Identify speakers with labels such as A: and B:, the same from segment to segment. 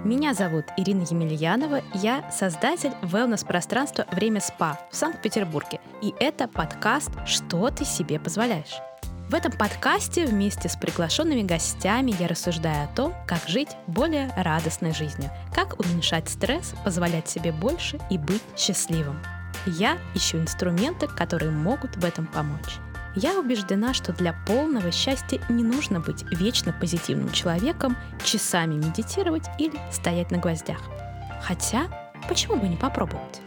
A: Меня зовут Ирина Емельянова, я создатель wellness-пространства «Время СПА» в Санкт-Петербурге. И это подкаст «Что ты себе позволяешь?». В этом подкасте вместе с приглашенными гостями я рассуждаю о том, как жить более радостной жизнью, как уменьшать стресс, позволять себе больше и быть счастливым. Я ищу инструменты, которые могут в этом помочь. Я убеждена, что для полного счастья не нужно быть вечно позитивным человеком, часами медитировать или стоять на гвоздях. Хотя, почему бы не попробовать?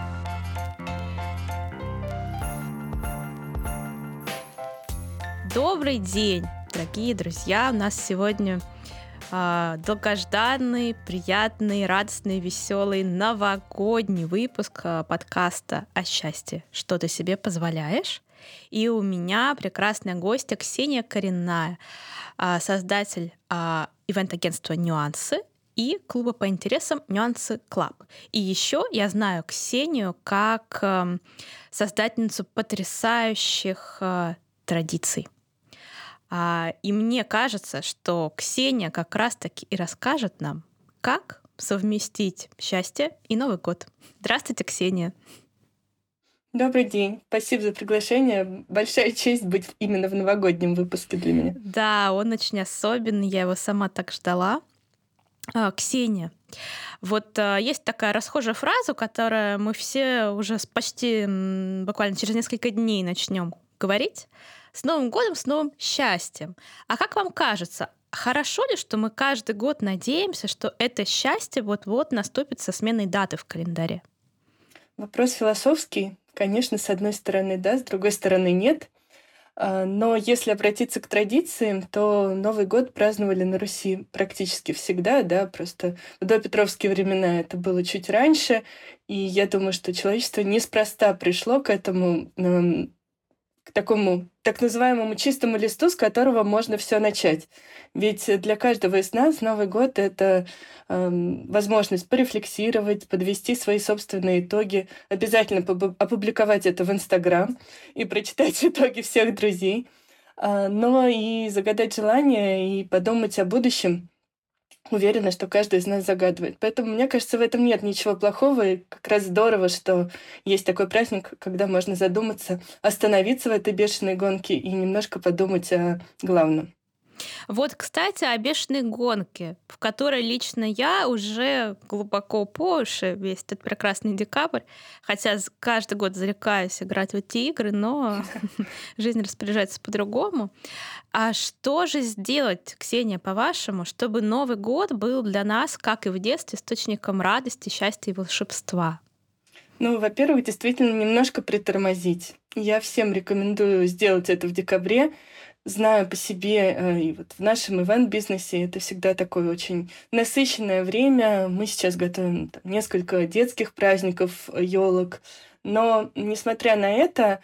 A: Добрый день, дорогие друзья! У нас сегодня долгожданный, приятный, радостный, веселый, новогодний выпуск подкаста о счастье. Что ты себе позволяешь? И у меня прекрасная гостья Ксения Коренная, создатель ивент-агентства «Нюансы» и клуба по интересам «Нюансы Клаб». И еще я знаю Ксению как создательницу потрясающих традиций. И мне кажется, что Ксения как раз-таки и расскажет нам, как совместить счастье и Новый год. Здравствуйте, Ксения.
B: Добрый день. Спасибо за приглашение. Большая честь быть именно в новогоднем выпуске для меня.
A: Да, он очень особенный, я его сама так ждала. Ксения, вот есть такая расхожая фраза, которую мы все уже почти буквально через несколько дней начнем говорить. С Новым годом, с новым счастьем. А как вам кажется, хорошо ли, что мы каждый год надеемся, что это счастье вот-вот наступит со сменой даты в календаре?
B: Вопрос философский. Конечно, с одной стороны, да, с другой стороны, нет. Но если обратиться к традициям, то Новый год праздновали на Руси практически всегда, да, просто в допетровские времена это было чуть раньше, и я думаю, что человечество неспроста пришло к этому, к такому так называемому чистому листу, с которого можно все начать. Ведь для каждого из нас Новый год — это возможность порефлексировать, подвести свои собственные итоги, обязательно опубликовать это в Инстаграм и прочитать итоги всех друзей, но и загадать желание и подумать о будущем. Уверена, что каждый из нас загадывает. Поэтому, мне кажется, в этом нет ничего плохого. И как раз здорово, что есть такой праздник, когда можно задуматься, остановиться в этой бешеной гонке и немножко подумать о главном.
A: Вот, кстати, о бешеной гонке, в которой лично я уже глубоко по уши весь этот прекрасный декабрь, хотя каждый год зарекаюсь играть в эти игры, но жизнь распоряжается по-другому. А что же сделать, Ксения, по-вашему, чтобы Новый год был для нас, как и в детстве, источником радости, счастья и волшебства?
B: Ну, во-первых, действительно немножко притормозить. Я всем рекомендую сделать это в декабре. Знаю по себе, и вот в нашем ивент-бизнесе это всегда такое очень насыщенное время. Мы сейчас готовим там несколько детских праздников, елок. Но, несмотря на это,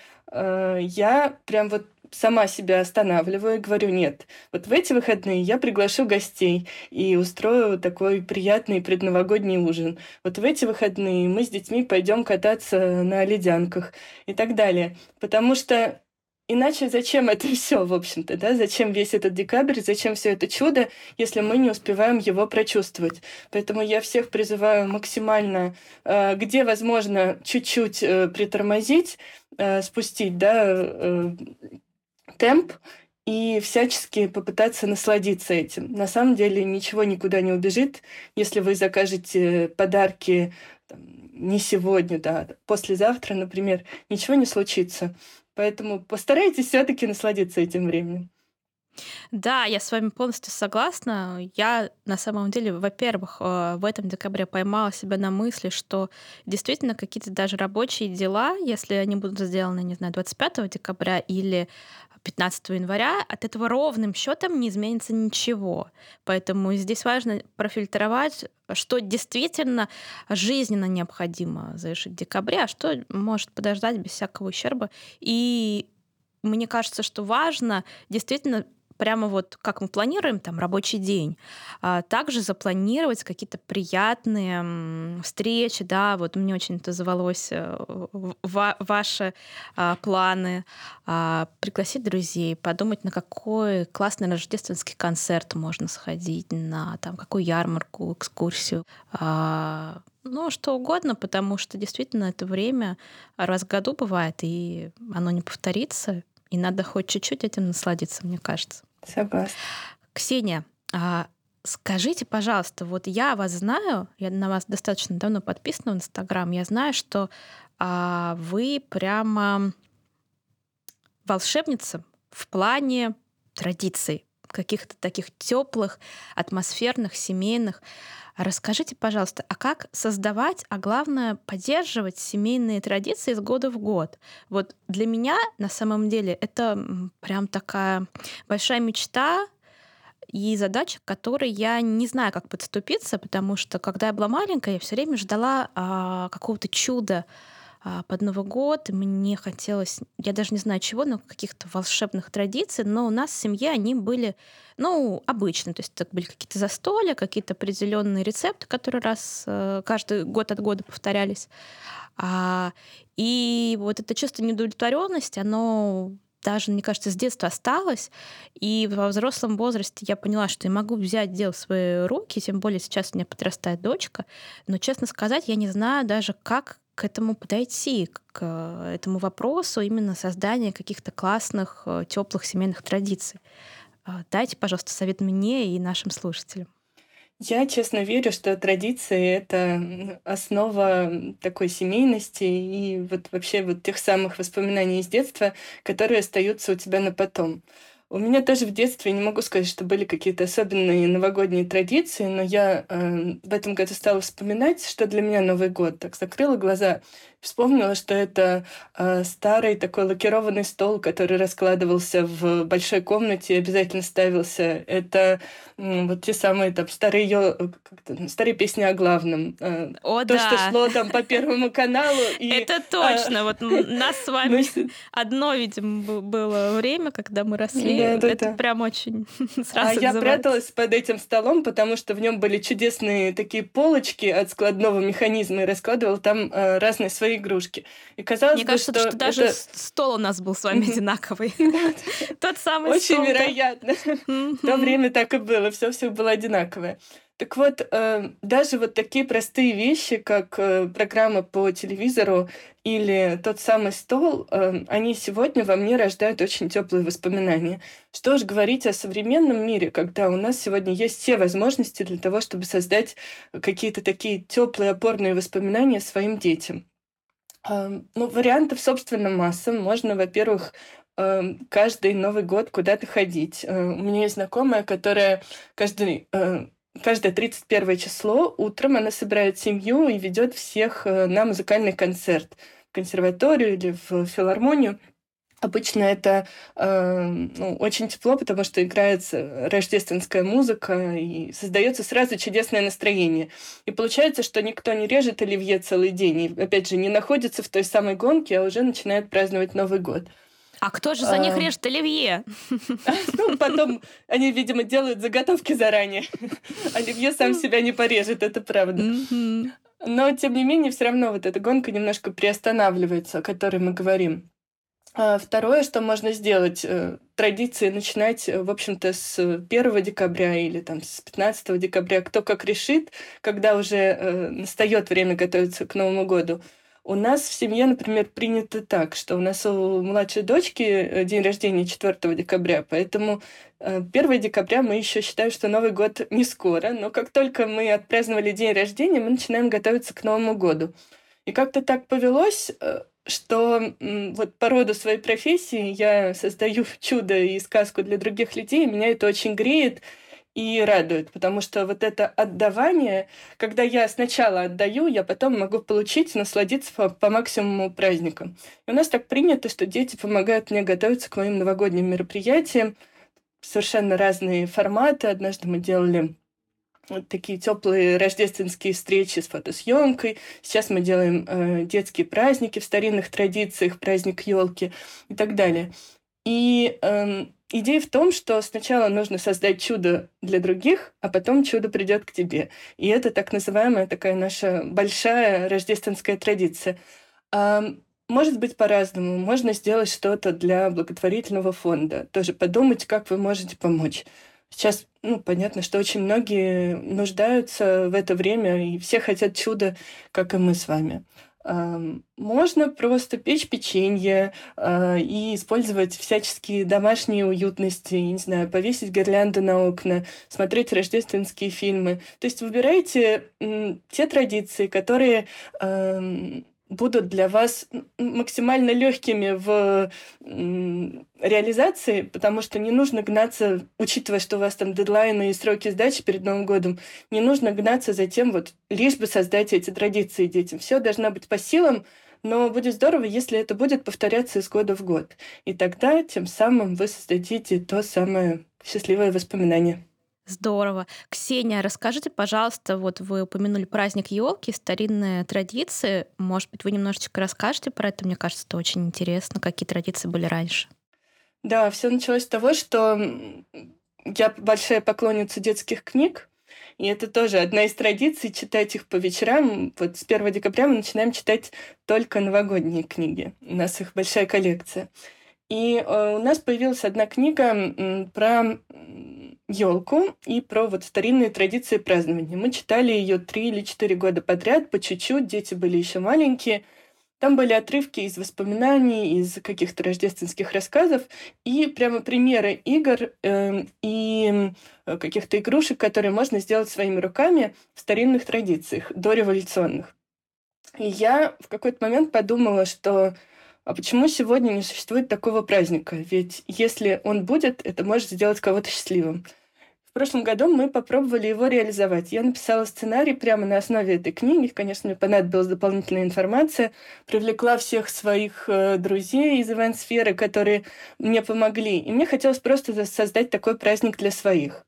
B: я прям вот сама себя останавливаю и говорю: нет, вот в эти выходные я приглашу гостей и устрою такой приятный предновогодний ужин. Вот в эти выходные мы с детьми пойдем кататься на ледянках и так далее. Потому что иначе зачем это все, в общем-то, да? Зачем весь этот декабрь, зачем все это чудо, если мы не успеваем его прочувствовать? Поэтому я всех призываю максимально, где возможно, чуть-чуть притормозить, спустить, да, темп и всячески попытаться насладиться этим. На самом деле ничего никуда не убежит, если вы закажете подарки там, не сегодня, да, послезавтра, например, ничего не случится. Поэтому постарайтесь все-таки насладиться этим временем.
A: Да, я с вами полностью согласна. Я на самом деле, во-первых, в этом декабре поймала себя на мысли, что действительно какие-то даже рабочие дела, если они будут сделаны, не знаю, 25 декабря или 15 января, от этого ровным счетом не изменится ничего. Поэтому здесь важно профильтровать, что действительно жизненно необходимо завершить в декабре, а что может подождать без всякого ущерба. И мне кажется, что важно действительно прямо вот как мы планируем там рабочий день, также запланировать какие-то приятные встречи, да, вот мне очень отозвалось ваши планы, пригласить друзей, подумать, на какой классный рождественский концерт можно сходить, на там какую ярмарку, экскурсию, ну, что угодно, потому что действительно это время раз в году бывает, и оно не повторится, и надо хоть чуть-чуть этим насладиться, мне кажется.
B: Согласна.
A: Ксения, скажите, пожалуйста, вот я вас знаю, я на вас достаточно давно подписана в Инстаграм, я знаю, что вы прямо волшебница в плане традиций, каких-то таких теплых, атмосферных, семейных. Расскажите, пожалуйста, а как создавать, а главное, поддерживать семейные традиции из года в год? Вот для меня, на самом деле, это прям такая большая мечта и задача, к которой я не знаю, как подступиться, потому что, когда я была маленькая, я все время ждала какого-то чуда под Новый год. И мне хотелось, я даже не знаю чего, но каких-то волшебных традиций. Но у нас в семье они были, ну, обычно. То есть это были какие-то застолья, какие-то определенные рецепты, которые каждый год от года повторялись. И вот это чувство неудовлетворенности, оно даже, мне кажется, с детства осталось. И во взрослом возрасте я поняла, что я могу взять дело в свои руки, тем более сейчас у меня подрастает дочка. Но, честно сказать, я не знаю даже, как к этому подойти, к этому вопросу именно создания каких-то классных, теплых семейных традиций. Дайте, пожалуйста, совет мне и нашим слушателям.
B: Я честно верю, что традиции — это основа такой семейности и вот вообще вот тех самых воспоминаний из детства, которые остаются у тебя на потом. У меня тоже в детстве, не могу сказать, что были какие-то особенные новогодние традиции, но я в этом году стала вспоминать, что для меня Новый год. Так закрыла глаза, вспомнила, что это старый такой лакированный стол, который раскладывался в большой комнате и обязательно ставился. Это вот те самые там старые песни о главном.
A: О,
B: То, что
A: да!
B: шло там по Первому каналу.
A: Это точно. Вот у нас с вами одно, видимо, было время, когда мы росли. Это прям очень сразу
B: я
A: отзывается.
B: пряталась под этим столом, потому что в нем были чудесные такие полочки от складного механизма, и раскладывала там разные свои игрушки. И казалось
A: Мне кажется, что даже стол у нас был с вами одинаковый. Тот самый стол.
B: Очень вероятно. В то время так и было, все было одинаковое. Так вот, даже вот такие простые вещи, как программа по телевизору или тот самый стол, они сегодня во мне рождают очень теплые воспоминания. Что уж говорить о современном мире, когда у нас сегодня есть все возможности для того, чтобы создать какие-то такие теплые опорные воспоминания своим детям. Ну, вариантов, собственно, масса. Можно, во-первых, каждый Новый год куда-то ходить. У меня есть знакомая, которая каждое 31 число утром она собирает семью и ведет всех на музыкальный концерт в консерваторию или в филармонию. Обычно это очень тепло, потому что играется рождественская музыка и создается сразу чудесное настроение. И получается, что никто не режет оливье целый день и, опять же, не находится в той самой гонке, а уже начинает праздновать Новый год.
A: А кто же за них режет оливье?
B: Ну, потом они, видимо, делают заготовки заранее. Оливье сам себя не порежет, это правда. Но, тем не менее, все равно вот эта гонка немножко приостанавливается, о которой мы говорим. Второе, что можно сделать, традиции начинать, в общем-то, с 1 декабря или там, с 15 декабря, кто как решит, когда уже настает время готовиться к Новому году. У нас в семье, например, принято так, что у нас у младшей дочки день рождения 4 декабря, поэтому 1 декабря мы еще считаем, что Новый год не скоро, но как только мы отпраздновали день рождения, мы начинаем готовиться к Новому году. И как-то так повелось, что вот по роду своей профессии я создаю чудо и сказку для других людей, и меня это очень греет и радует, потому что вот это отдавание, когда я сначала отдаю, я потом могу получить, насладиться по максимуму праздником. И у нас так принято, что дети помогают мне готовиться к моим новогодним мероприятиям. Совершенно разные форматы. Однажды мы делали вот такие теплые рождественские встречи с фотосъемкой. Сейчас мы делаем детские праздники в старинных традициях, праздник елки и так далее. И идея в том, что сначала нужно создать чудо для других, а потом чудо придет к тебе. И это так называемая такая наша большая рождественская традиция. Может быть по-разному. Можно сделать что-то для благотворительного фонда. Тоже подумать, как вы можете помочь. Сейчас, понятно, что очень многие нуждаются в это время, и все хотят чуда, как и мы с вами. Можно просто печь печенье и использовать всяческие домашние уютности, не знаю, повесить гирлянды на окна, смотреть рождественские фильмы. То есть выбирайте те традиции, которые будут для вас максимально легкими в реализации, потому что не нужно гнаться, учитывая, что у вас там дедлайны и сроки сдачи перед Новым годом, не нужно гнаться за тем, лишь бы создать эти традиции детям. Все должно быть по силам, но будет здорово, если это будет повторяться из года в год. И тогда тем самым вы создадите то самое счастливое воспоминание.
A: Здорово. Ксения, расскажите, пожалуйста, вот вы упомянули праздник елки, старинные традиции. Может быть, вы немножечко расскажете про это? Мне кажется, это очень интересно, какие традиции были раньше.
B: Да, все началось с того, что я большая поклонница детских книг, и это тоже одна из традиций читать их по вечерам. Вот с 1 декабря мы начинаем читать только новогодние книги. У нас их большая коллекция. И у нас появилась одна книга про елку и про старинные традиции празднования. Мы читали ее 3 или 4 года подряд, по чуть-чуть, дети были еще маленькие. Там были отрывки из воспоминаний, из каких-то рождественских рассказов и прямо примеры игр и каких-то игрушек, которые можно сделать своими руками в старинных традициях, дореволюционных. И я в какой-то момент подумала, что а почему сегодня не существует такого праздника? Ведь если он будет, это может сделать кого-то счастливым. В прошлом году мы попробовали его реализовать. Я написала сценарий прямо на основе этой книги. Конечно, мне понадобилась дополнительная информация. Привлекла всех своих друзей из ивент-сферы, которые мне помогли. И мне хотелось просто создать такой праздник для своих.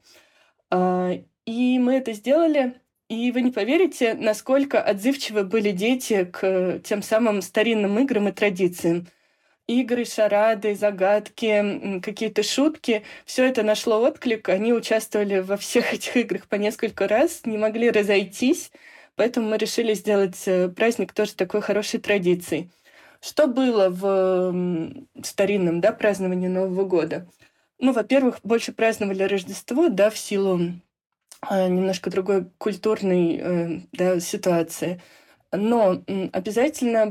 B: И мы это сделали. И вы не поверите, насколько отзывчивы были дети к тем самым старинным играм и традициям. Игры, шарады, загадки, какие-то шутки. Все это нашло отклик. Они участвовали во всех этих играх по несколько раз, не могли разойтись. Поэтому мы решили сделать праздник тоже такой хорошей традицией. Что было в старинном праздновании Нового года? Во-первых, больше праздновали Рождество, в силу немножко другой культурной ситуации. Но обязательно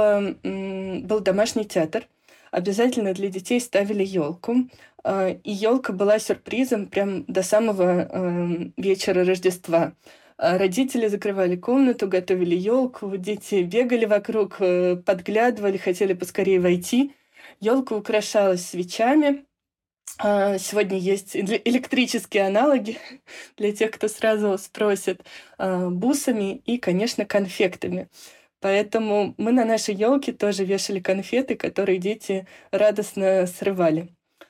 B: был домашний театр. Обязательно для детей ставили елку. И елка была сюрпризом прям до самого вечера Рождества. Родители закрывали комнату, готовили елку, дети бегали вокруг, подглядывали, хотели поскорее войти. Елка украшалась свечами. Сегодня есть электрические аналоги для тех, кто сразу спросит, бусами и, конечно, конфектами. Поэтому мы на нашей елке тоже вешали конфеты, которые дети радостно срывали.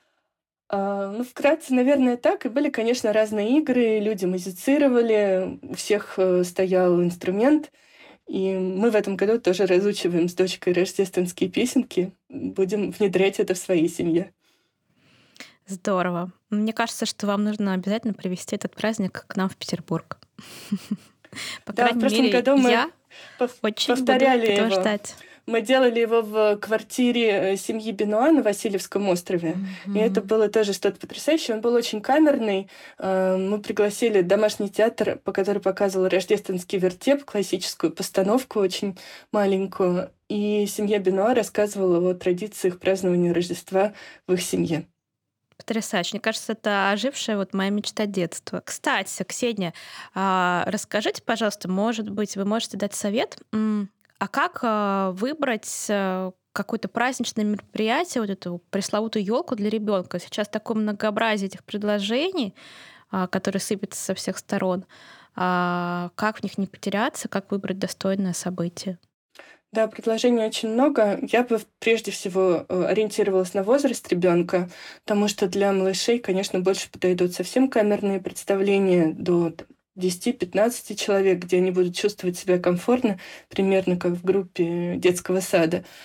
B: Вкратце, наверное, так. И были, конечно, разные игры, люди музицировали, у всех стоял инструмент. И мы в этом году тоже разучиваем с дочкой рождественские песенки. Будем внедрять это в своей семье.
A: Здорово. Мне кажется, что вам нужно обязательно привезти этот праздник к нам в Петербург. По крайней мере,
B: году мы
A: я очень
B: повторяли
A: буду этого
B: его.
A: ждать.
B: Мы делали его в квартире семьи Бенуа на Васильевском острове. И это было тоже что-то потрясающее. Он был очень камерный. Мы пригласили домашний театр, который показывал рождественский вертеп, классическую постановку очень маленькую. И семья Бенуа рассказывала о традициях празднования Рождества в их семье.
A: Потрясающе. Мне кажется, это ожившая моя мечта детства. Кстати, Ксения, расскажите, пожалуйста, может быть, вы можете дать совет, а как выбрать какое-то праздничное мероприятие, эту пресловутую елку для ребенка? Сейчас такое многообразие этих предложений, которые сыпятся со всех сторон. Как в них не потеряться, как выбрать достойное событие?
B: Да, предложений очень много. Я бы прежде всего ориентировалась на возраст ребенка, потому что для малышей, конечно, больше подойдут совсем камерные представления до 10-15 человек, где они будут чувствовать себя комфортно, примерно как в группе детского сада.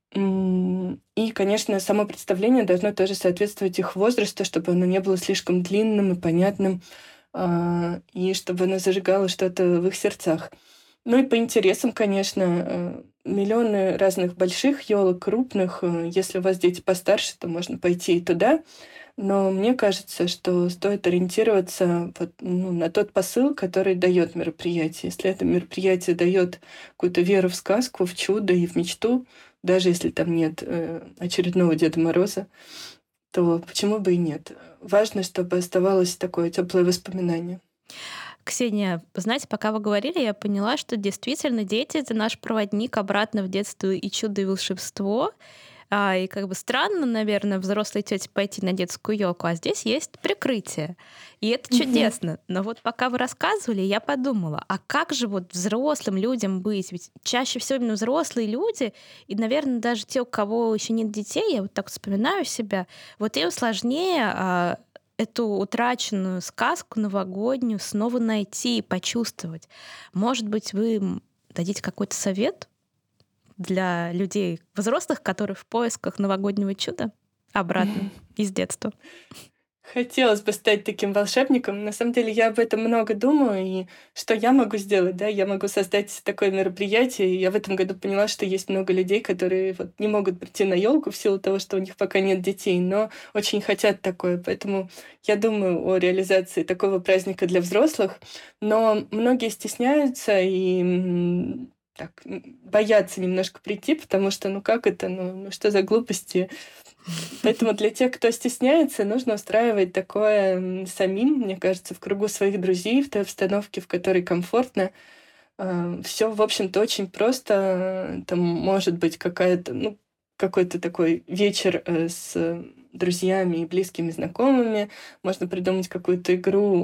B: И, конечно, само представление должно тоже соответствовать их возрасту, чтобы оно не было слишком длинным и понятным, и чтобы оно зажигало что-то в их сердцах. Ну и по интересам, конечно, миллионы разных больших елок, крупных. Если у вас дети постарше, то можно пойти и туда. Но мне кажется, что стоит ориентироваться вот, ну, на тот посыл, который дает мероприятие. Если это мероприятие дает какую-то веру в сказку, в чудо и в мечту, даже если там нет очередного Деда Мороза, то почему бы и нет? Важно, чтобы оставалось такое теплое воспоминание.
A: Ксения, знаете, пока вы говорили, я поняла, что действительно дети — это наш проводник обратно в детство и чудо, и волшебство. И как бы странно, наверное, взрослой тете пойти на детскую елку, а здесь есть прикрытие. И это
B: Мгм.
A: чудесно. Но вот пока вы рассказывали, я подумала, а как же вот взрослым людям быть? Ведь чаще всего именно взрослые люди, и, наверное, даже те, у кого еще нет детей, я вот так вспоминаю себя, вот им сложнее эту утраченную сказку новогоднюю снова найти и почувствовать. Может быть, вы дадите какой-то совет для людей взрослых, которые в поисках новогоднего чуда обратно из детства?
B: Хотелось бы стать таким волшебником. На самом деле я об этом много думаю, и что я могу сделать, да, я могу создать такое мероприятие. И я в этом году поняла, что есть много людей, которые вот не могут прийти на елку в силу того, что у них пока нет детей, но очень хотят такое. Поэтому я думаю о реализации такого праздника для взрослых. Но многие стесняются и боятся немножко прийти, потому что, ну как это, ну что за глупости. Поэтому для тех, кто стесняется, нужно устраивать такое самим, мне кажется, в кругу своих друзей, в той обстановке, в которой комфортно. Все, в общем-то, очень просто. Там может быть какая-то, ну, какой-то такой вечер с друзьями и близкими знакомыми. Можно придумать какую-то игру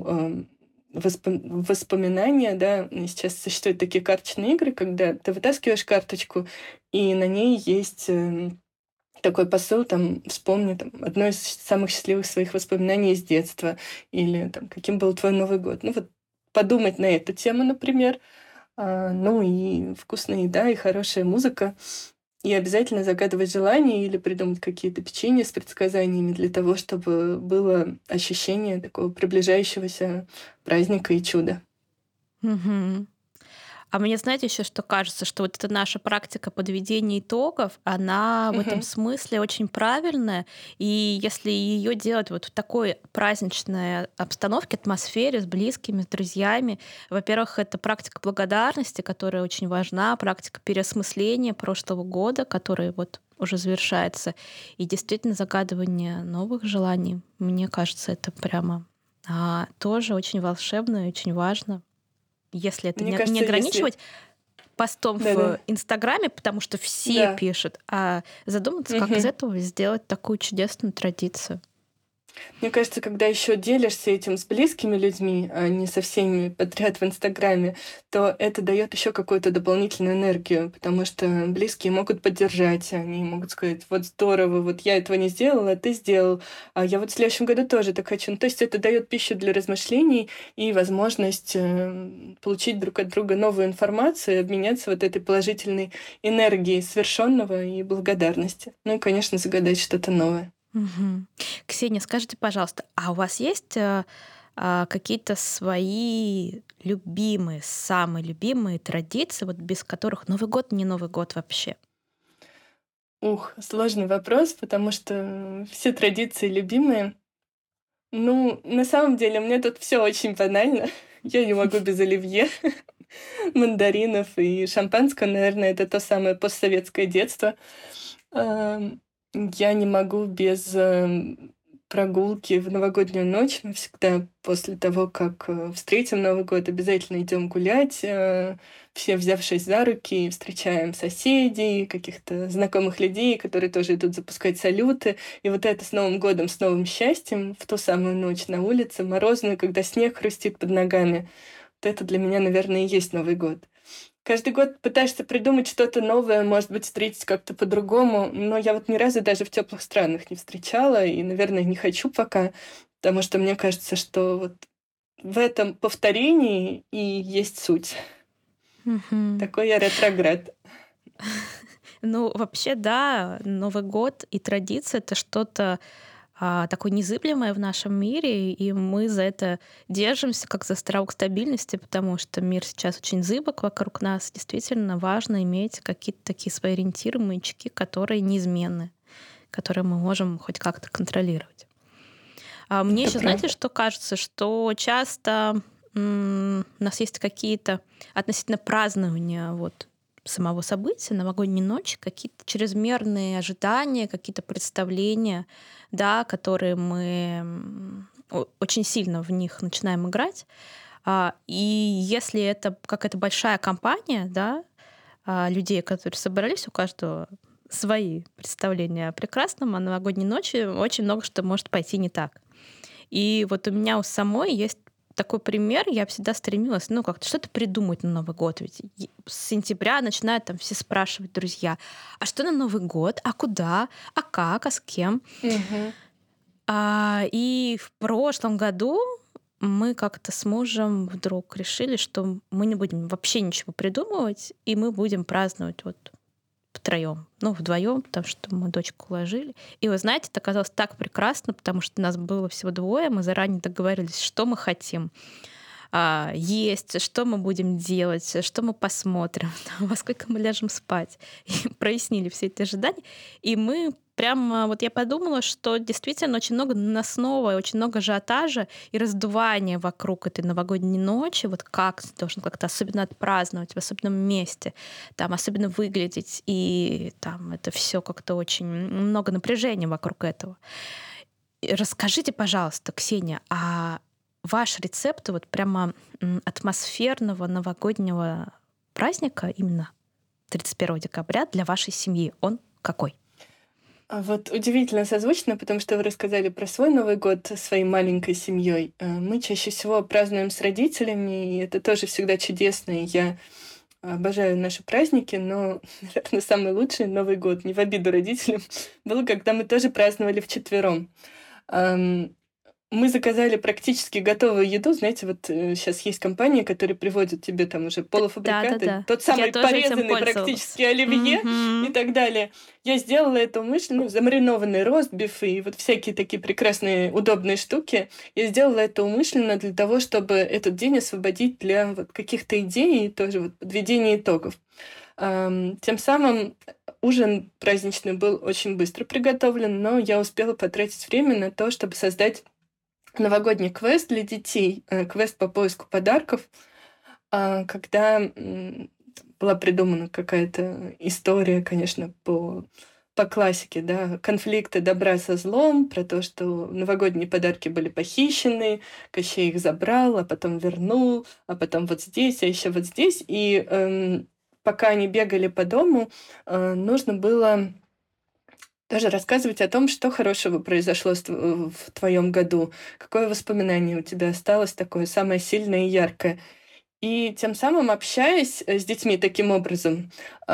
B: воспоминания, да. И сейчас существуют такие карточные игры, когда ты вытаскиваешь карточку, и на ней есть такой посыл, там, вспомни там, одно из самых счастливых своих воспоминаний из детства, или там, каким был твой Новый год. Ну вот подумать на эту тему, например. Ну и вкусная еда, и хорошая музыка. И обязательно загадывать желания или придумать какие-то печенья с предсказаниями для того, чтобы было ощущение такого приближающегося праздника и чуда.
A: Мгм. А мне, знаете, еще что кажется, что вот эта наша практика подведения итогов, она в этом
B: Мгм.
A: смысле очень правильная. И если ее делать вот в такой праздничной обстановке, атмосфере, с близкими, с друзьями, во-первых, это практика благодарности, которая очень важна, практика переосмысления прошлого года, который вот уже завершается, и действительно загадывание новых желаний. Мне кажется, это прямо тоже очень волшебно и очень важно. Если это
B: Мне
A: не
B: кажется, если...
A: ограничивать постом
B: Да-да.
A: в "Инстаграме", потому что все
B: Да.
A: пишут, а задуматься, как из
B: Мгм.
A: этого сделать такую чудесную традицию.
B: Мне кажется, когда еще делишься этим с близкими людьми, а не со всеми подряд в Инстаграме, то это дает еще какую-то дополнительную энергию, потому что близкие могут поддержать, они могут сказать: вот здорово, вот я этого не сделала, а ты сделал, а я вот в следующем году тоже так хочу. Ну, то есть это дает пищу для размышлений и возможность получить друг от друга новую информацию и обменяться вот этой положительной энергией совершенного и благодарности. Ну и, конечно, загадать что-то новое.
A: Мгм. Ксения, скажите, пожалуйста, а у вас есть, какие-то свои любимые, самые любимые традиции, вот без которых Новый год не Новый год вообще?
B: Ух, сложный вопрос, потому что все традиции любимые. Ну, на самом деле, мне тут все очень банально. Я не могу без оливье, мандаринов и шампанского. Наверное, это то самое постсоветское детство. Ам, я не могу без, прогулки в новогоднюю ночь. Мы всегда после того, как, встретим Новый год, обязательно идем гулять, все взявшись за руки, встречаем соседей, каких-то знакомых людей, которые тоже идут запускать салюты. И вот это с Новым годом, с новым счастьем в ту самую ночь на улице, морозную, когда снег хрустит под ногами. Вот это для меня, наверное, и есть Новый год. Каждый год пытаешься придумать что-то новое, может быть, встретить как-то по-другому, но я вот ни разу даже в теплых странах не встречала и, наверное, не хочу пока, потому что мне кажется, что вот в этом повторении и есть суть.
A: Мгм.
B: Такой я ретроград.
A: Ну, вообще, да, Новый год и традиция — это что-то такое незыблемое в нашем мире, и мы за это держимся, как за островок стабильности, потому что мир сейчас очень зыбок вокруг нас. Действительно важно иметь какие-то такие свои ориентиры, маячки, которые неизменны, которые мы можем хоть как-то контролировать. Мне
B: Это
A: еще, знаете,
B: правда.
A: что кажется, что часто у нас есть какие-то относительно празднования вот самого события, новогодней ночи, какие-то чрезмерные ожидания, какие-то представления, да, которые мы очень сильно в них начинаем играть. И если это какая-то большая компания, да, людей, которые собрались, у каждого свои представления о прекрасном, о новогодней ночи, очень много что может пойти не так. И вот у меня у самой есть такой пример. Я всегда стремилась, ну, как-то что-то придумать на Новый год. Ведь с сентября начинают там все спрашивать друзья, а что на Новый год, а куда, а как, а с кем.
B: Мгм.
A: И в прошлом году мы как-то с мужем вдруг решили, что мы не будем вообще ничего придумывать, и мы будем праздновать вот втроем, ну, вдвоем, потому что мы дочку уложили. И вы знаете, это оказалось так прекрасно, потому что нас было всего двое, мы заранее договорились, что мы хотим есть, что мы будем делать, что мы посмотрим, во сколько мы ляжем спать. И прояснили все эти ожидания. И мы прямо, вот я подумала, что действительно очень много наносного, и очень много ажиотажа и раздувания вокруг этой новогодней ночи, вот как ты должен как-то особенно отпраздновать в особенном месте, там особенно выглядеть, и там это все как-то очень много напряжения вокруг этого. И расскажите, пожалуйста, Ксения, ваш рецепт вот прямо атмосферного новогоднего праздника именно 31 декабря для вашей семьи, он какой?
B: Вот удивительно созвучно, потому что вы рассказали про свой Новый год со своей маленькой семьей. Мы чаще всего празднуем с родителями, и это тоже всегда чудесно. И я обожаю наши праздники, но, наверное, самый лучший Новый год, не в обиду родителям, был, когда мы тоже праздновали вчетвером. Мы заказали практически готовую еду. Знаете, вот сейчас есть компании, которые приводят тебе там уже полуфабрикаты,
A: Да-да-да.
B: тот
A: Я
B: самый
A: тоже этим
B: порезанный
A: пользовалась.
B: практически оливье и
A: Мгм.
B: так далее. Я сделала это умышленно, ну, замаринованный ростбиф и вот всякие такие прекрасные, удобные штуки. Я сделала это умышленно для того, чтобы этот день освободить для вот каких-то идей и тоже вот подведения итогов. Тем самым ужин праздничный был очень быстро приготовлен, но я успела потратить время на то, чтобы создать новогодний квест для детей, квест по поиску подарков, когда была придумана какая-то история, конечно, по классике, да, конфликты добра со злом, про то, что новогодние подарки были похищены, Кощей их забрал, а потом вернул, а потом вот здесь, а еще вот здесь. И пока они бегали по дому, нужно было даже рассказывать о том, что хорошего произошло в твоем году, какое воспоминание у тебя осталось такое самое сильное и яркое. И тем самым, общаясь с детьми таким образом,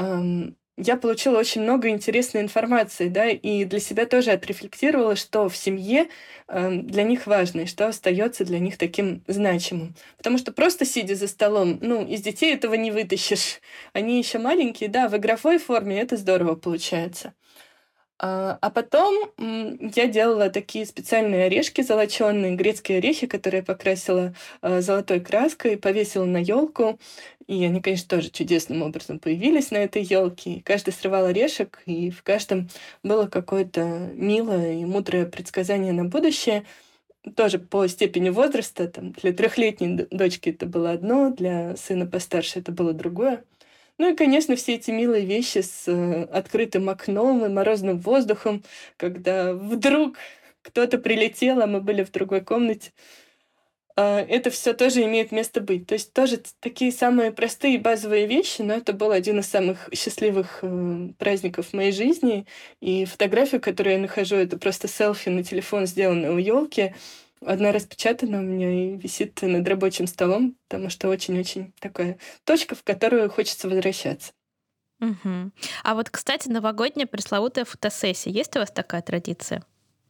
B: я получила очень много интересной информации, да, и для себя тоже отрефлектировала, что в семье для них важно, и что остается для них таким значимым. Потому что просто сидя за столом, ну, из детей этого не вытащишь. Они еще маленькие, да, в игровой форме это здорово получается. А потом, я делала такие специальные орешки золочёные, грецкие орехи, которые я покрасила, золотой краской, повесила на елку. И они, конечно, тоже чудесным образом появились на этой елке. Каждый срывал орешек, и в каждом было какое-то милое и мудрое предсказание на будущее. Тоже по степени возраста. Там, для трехлетней дочки это было одно, для сына постарше это было другое. Ну и, конечно, все эти милые вещи с открытым окном и морозным воздухом, когда вдруг кто-то прилетел, а мы были в другой комнате. Это все тоже имеет место быть. То есть тоже такие самые простые базовые вещи, но это был один из самых счастливых праздников в моей жизни. И фотографию, которую я нахожу, это просто селфи на телефон, сделанное у елки. Одна распечатана у меня и висит над рабочим столом, потому что очень-очень такая точка, в которую хочется возвращаться.
A: Мгм. А вот, кстати, новогодняя пресловутая фотосессия. Есть у вас такая традиция?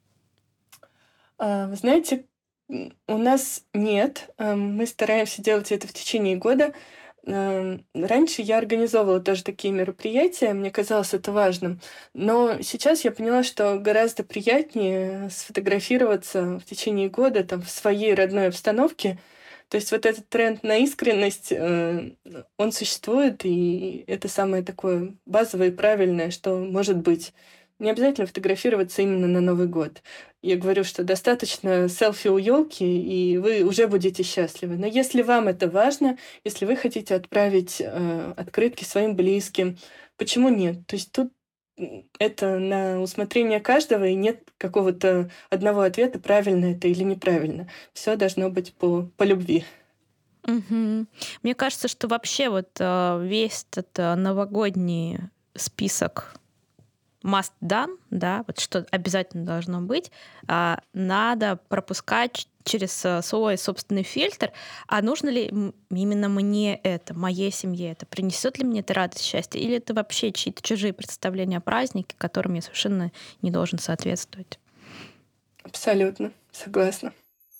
B: Вы знаете, у нас нет. Мы стараемся делать это в течение года. Раньше я организовывала тоже такие мероприятия, мне казалось это важным, но сейчас я поняла, что гораздо приятнее сфотографироваться в течение года там в своей родной обстановке. То есть вот этот тренд на искренность, он существует, и это самое такое базовое и правильное, что может быть. Не обязательно фотографироваться именно на Новый год. Я говорю, что достаточно селфи у елки, и вы уже будете счастливы. Но если вам это важно, если вы хотите отправить открытки своим близким, почему нет? То есть тут это на усмотрение каждого, и нет какого-то одного ответа, правильно это или неправильно. Все должно быть по любви.
A: Мгм. Мне кажется, что вообще вот весь этот новогодний список must done, да, вот что обязательно должно быть, надо пропускать через свой собственный фильтр. А нужно ли именно мне это, моей семье это? Принесет ли мне это радость, счастье? Или это вообще чьи-то чужие представления о празднике, которым я совершенно не должен соответствовать?
B: Абсолютно согласна.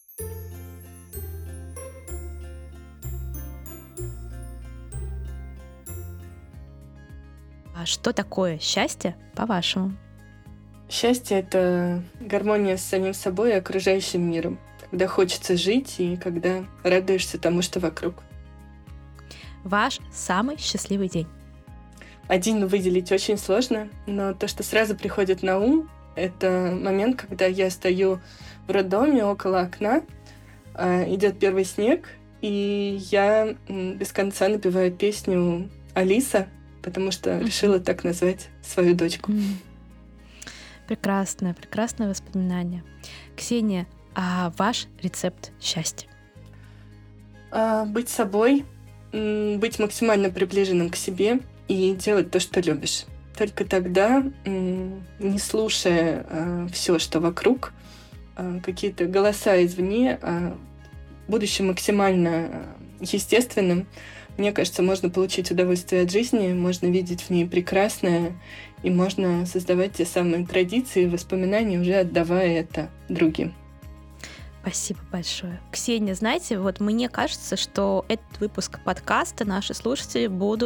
A: А что такое счастье, по-вашему?
B: Счастье — это гармония с самим собой и окружающим миром, когда хочется жить и когда радуешься тому, что вокруг.
A: Ваш самый счастливый день?
B: Один выделить очень сложно, но то, что сразу приходит на ум, это момент, когда я стою в роддоме около окна, идет первый снег, и я без конца напеваю песню «Алиса», потому что решила так назвать свою дочку.
A: Прекрасное, прекрасное воспоминание. Ксения, а ваш рецепт счастья?
B: Быть собой, быть максимально приближенным к себе и делать то, что любишь. Только тогда, не слушая все, что вокруг, какие-то голоса извне, будучи максимально естественным, мне кажется, можно получить удовольствие от жизни, можно видеть в ней прекрасное, и можно создавать те самые традиции и воспоминания, уже отдавая это другим.
A: Спасибо большое. Ксения, знаете, вот мне кажется, что этот выпуск подкаста наши слушатели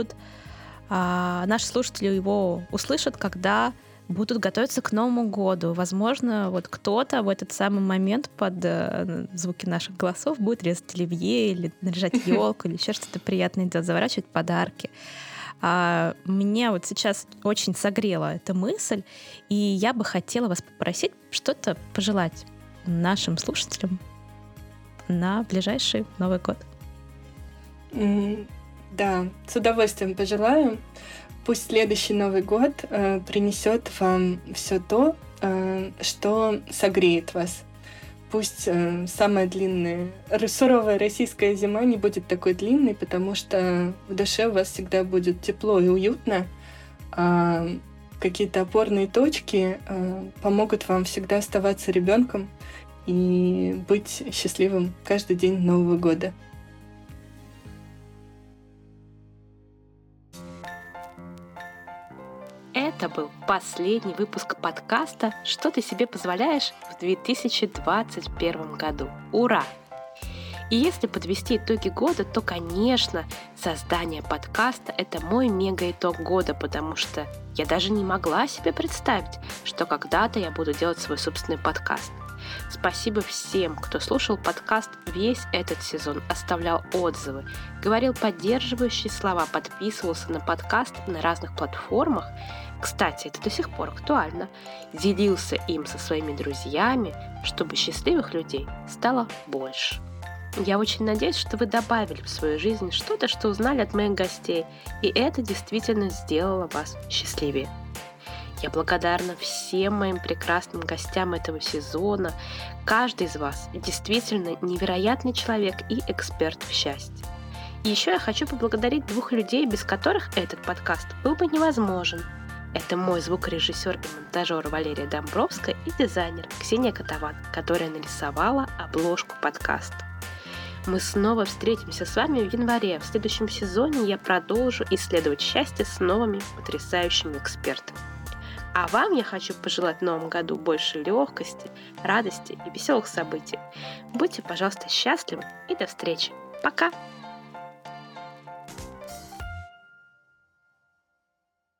A: его услышат, когда будут готовиться к Новому году. Возможно, вот кто-то в этот самый момент под звуки наших голосов будет резать оливье или наряжать елку или еще что-то приятное делать, заворачивать подарки. Меня вот сейчас очень согрела эта мысль, и я бы хотела вас попросить что-то пожелать нашим слушателям на ближайший Новый год.
B: Да, с удовольствием пожелаю. Пусть следующий Новый год принесет вам все то, что согреет вас. Пусть самая длинная, суровая российская зима не будет такой длинной, потому что в душе у вас всегда будет тепло и уютно. Какие-то опорные точки помогут вам всегда оставаться ребенком и быть счастливым каждый день Нового года.
A: Это был последний выпуск подкаста «Что ты себе позволяешь» в 2021 году. Ура! И если подвести итоги года, то, конечно, создание подкаста — это мой мега-итог года, потому что я даже не могла себе представить, что когда-то я буду делать свой собственный подкаст. Спасибо всем, кто слушал подкаст весь этот сезон, оставлял отзывы, говорил поддерживающие слова, подписывался на подкаст на разных платформах. Кстати, это до сих пор актуально. Делился им со своими друзьями, чтобы счастливых людей стало больше. Я очень надеюсь, что вы добавили в свою жизнь что-то, что узнали от моих гостей, и это действительно сделало вас счастливее. Я благодарна всем моим прекрасным гостям этого сезона. Каждый из вас действительно невероятный человек и эксперт в счастье. И еще я хочу поблагодарить двух людей, без которых этот подкаст был бы невозможен. Это мой звукорежиссер и монтажер Валерия Домбровская и дизайнер Ксения Котован, которая нарисовала обложку подкаста. Мы снова встретимся с вами в январе. В следующем сезоне я продолжу исследовать счастье с новыми потрясающими экспертами. А вам я хочу пожелать в новом году больше легкости, радости и веселых событий. Будьте, пожалуйста, счастливы и до встречи. Пока!